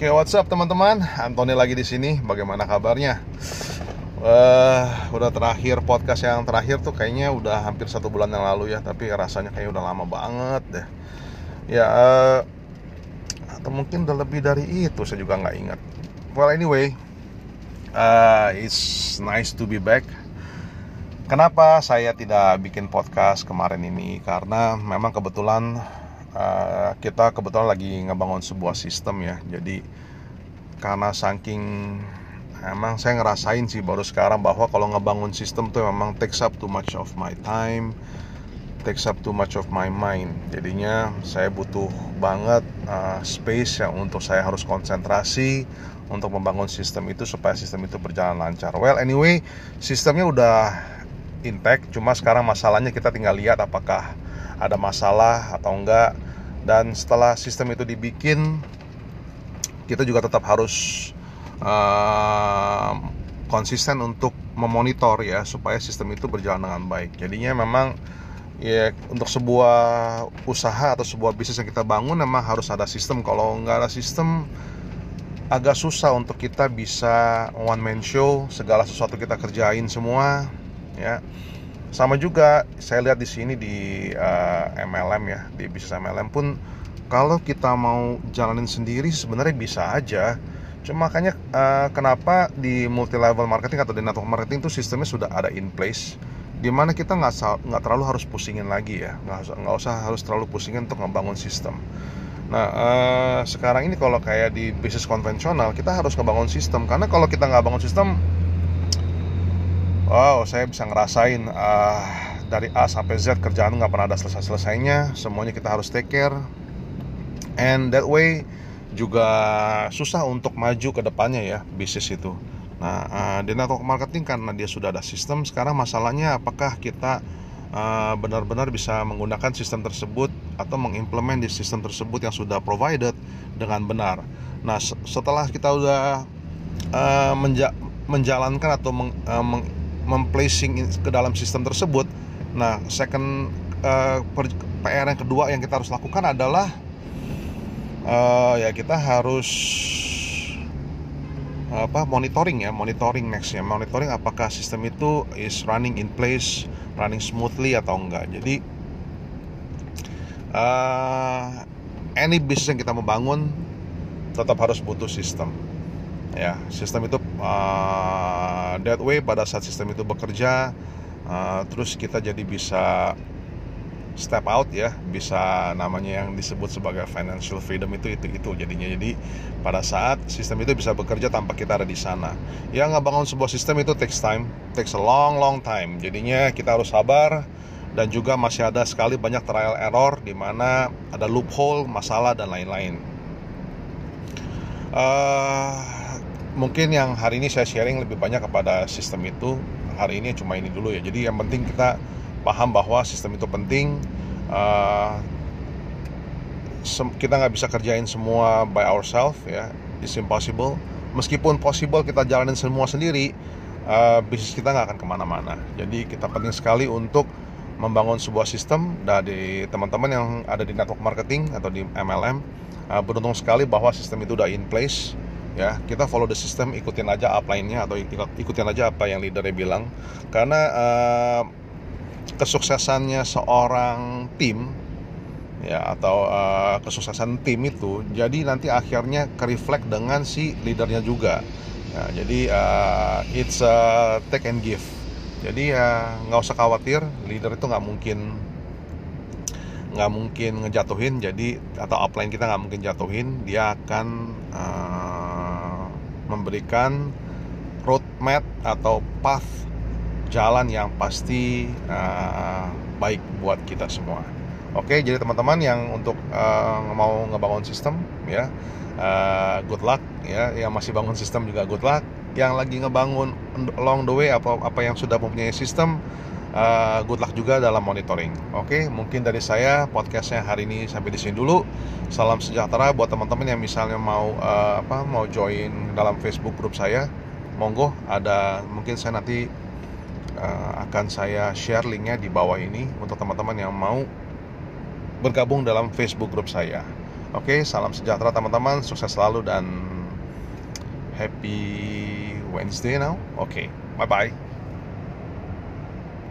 Oke, what's up teman-teman? Anthony lagi di sini. Bagaimana kabarnya? Udah terakhir podcast yang terakhir tuh kayaknya udah hampir 1 bulan yang lalu ya. Tapi rasanya kayaknya udah lama banget deh. Ya, atau mungkin udah lebih dari itu, saya juga nggak ingat. Well anyway, it's nice to be back. Kenapa saya tidak bikin podcast kemarin ini? Karena memang kebetulan kita lagi ngebangun sebuah sistem ya. Jadi karena saking emang saya ngerasain sih baru sekarang bahwa kalau ngebangun sistem tuh memang takes up too much of my time, takes up too much of my mind. Jadinya saya butuh banget space yang untuk saya harus konsentrasi untuk membangun sistem itu supaya sistem itu berjalan lancar. Well anyway, sistemnya udah intact, cuma sekarang masalahnya kita tinggal lihat apakah ada masalah atau enggak. Dan setelah sistem itu dibikin, kita juga tetap harus konsisten untuk memonitor ya, supaya sistem itu berjalan dengan baik. Jadinya memang ya, untuk sebuah usaha atau sebuah bisnis yang kita bangun memang harus ada sistem. Kalau nggak ada sistem, agak susah untuk kita bisa one man show, segala sesuatu kita kerjain semua ya. Sama juga saya lihat di sini di MLM ya, di bisnis MLM pun kalau kita mau jalanin sendiri sebenarnya bisa aja. Cuma makanya kenapa di multi level marketing atau di network marketing itu sistemnya sudah ada in place, dimana kita nggak terlalu harus pusingin lagi ya, nggak usah harus terlalu pusingin untuk ngebangun sistem. Nah sekarang ini kalau kayak di bisnis konvensional kita harus ngebangun sistem, karena kalau kita nggak bangun sistem, wow, saya bisa ngerasain dari A sampai Z kerjaan nggak pernah ada selesai-selesainya. Semuanya kita harus take care, and that way juga susah untuk maju ke depannya ya bisnis itu. Nah di network marketing karena dia sudah ada sistem, sekarang masalahnya apakah kita benar-benar bisa menggunakan sistem tersebut atau mengimplement di sistem tersebut yang sudah provided dengan benar. Nah setelah kita udah menjalankan atau memplacing ke dalam sistem tersebut, nah second PR yang kedua yang kita harus lakukan adalah ya kita harus monitoring nextnya, monitoring apakah sistem itu is running in place, running smoothly atau enggak. Jadi any business yang kita mau bangun tetap harus butuh sistem ya. Sistem itu that way pada saat sistem itu bekerja, terus kita jadi bisa step out ya, bisa namanya yang disebut sebagai financial freedom itu jadinya. Jadi pada saat sistem itu bisa bekerja tanpa kita ada di sana. Ya, ngebangun sebuah sistem itu takes a long time. Jadinya kita harus sabar, dan juga masih ada sekali banyak trial error di mana ada loophole, masalah dan lain-lain. Mungkin yang hari ini saya sharing lebih banyak kepada sistem itu. Hari ini cuma ini dulu ya. Jadi yang penting kita paham bahwa sistem itu penting. Kita nggak bisa kerjain semua by ourselves ya, it's impossible. Meskipun possible kita jalanin semua sendiri, bisnis kita nggak akan kemana-mana. Jadi kita penting sekali untuk membangun sebuah sistem. Dari teman-teman yang ada di network marketing atau di MLM, beruntung sekali bahwa sistem itu udah in place ya. Kita follow the system, ikutin aja upline-nya atau ikutin aja apa yang leadernya bilang. Karena kesuksesannya seorang tim ya, atau kesuksesan tim itu jadi nanti akhirnya ke-reflect dengan si leadernya juga ya. Jadi it's a take and give. Jadi nggak usah khawatir, leader itu nggak mungkin ngejatuhin. Jadi atau upline kita nggak mungkin jatuhin, dia akan memberikan roadmap atau path, jalan yang pasti baik buat kita semua. Oke, jadi teman-teman yang untuk mau ngebangun sistem ya, good luck ya. Yang masih bangun sistem juga good luck. Yang lagi ngebangun along the way apa yang sudah mempunyai sistem, good luck juga dalam monitoring. Oke, mungkin dari saya podcastnya hari ini sampai di sini dulu. Salam sejahtera buat teman-teman yang misalnya mau join dalam Facebook grup saya. Monggo, ada mungkin saya nanti akan saya share linknya di bawah ini untuk teman-teman yang mau bergabung dalam Facebook grup saya. Oke, salam sejahtera teman-teman, sukses selalu dan Happy Wednesday now. Okay, bye bye.